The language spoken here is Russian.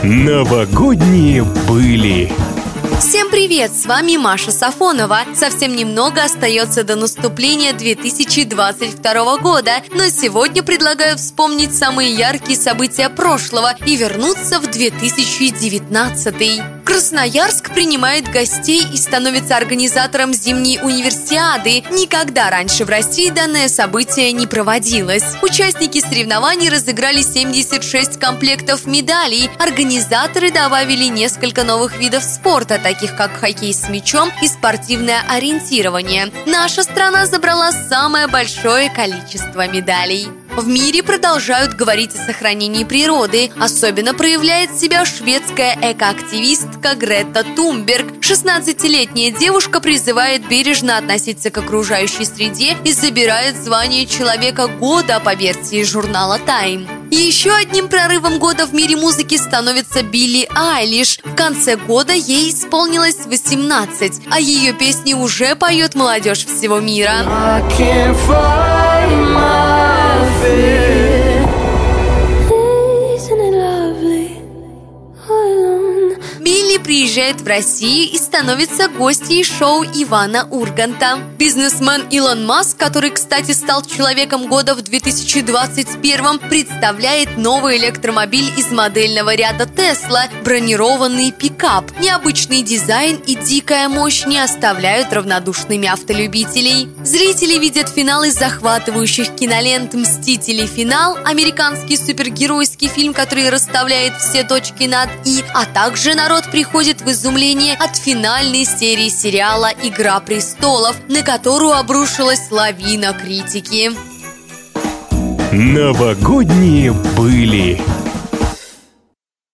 Новогодние были. Всем привет! С вами Маша Сафонова. Совсем немного остается до наступления 2022 года, но сегодня предлагаю вспомнить самые яркие события прошлого и вернуться в 2019. Красноярск принимает гостей и становится организатором зимней универсиады. Никогда раньше в России данное событие не проводилось. Участники соревнований разыграли 76 комплектов медалей. Организаторы добавили несколько новых видов спорта, таких как хоккей с мячом и спортивное ориентирование. Наша страна забрала самое большое количество медалей. В мире продолжают говорить о сохранении природы. Особенно проявляет себя шведская экоактивистка Грета Тунберг. 16-летняя девушка призывает бережно относиться к окружающей среде и забирает звание Человека года по версии журнала Time. Еще одним прорывом года в мире музыки становится Билли Айлиш. В конце года ей исполнилось 18, а ее песни уже поет молодежь всего мира. Билли приезжает в Россию и становится гостьей шоу Ивана Урганта. Бизнесмен Илон Маск, который, кстати, стал Человеком года в 2021, представляет новый электромобиль из модельного ряда Tesla – бронированный пикап. Необычный дизайн и дикая мощь не оставляют равнодушными автолюбителей. Зрители видят финал из захватывающих кинолент «Мстители. Финал», американский супергеройский фильм, который расставляет все точки над «и», а также народ приходит в изумление от финальной серии сериала «Игра престолов», на которую обрушилась лавина критики. Новогодние были.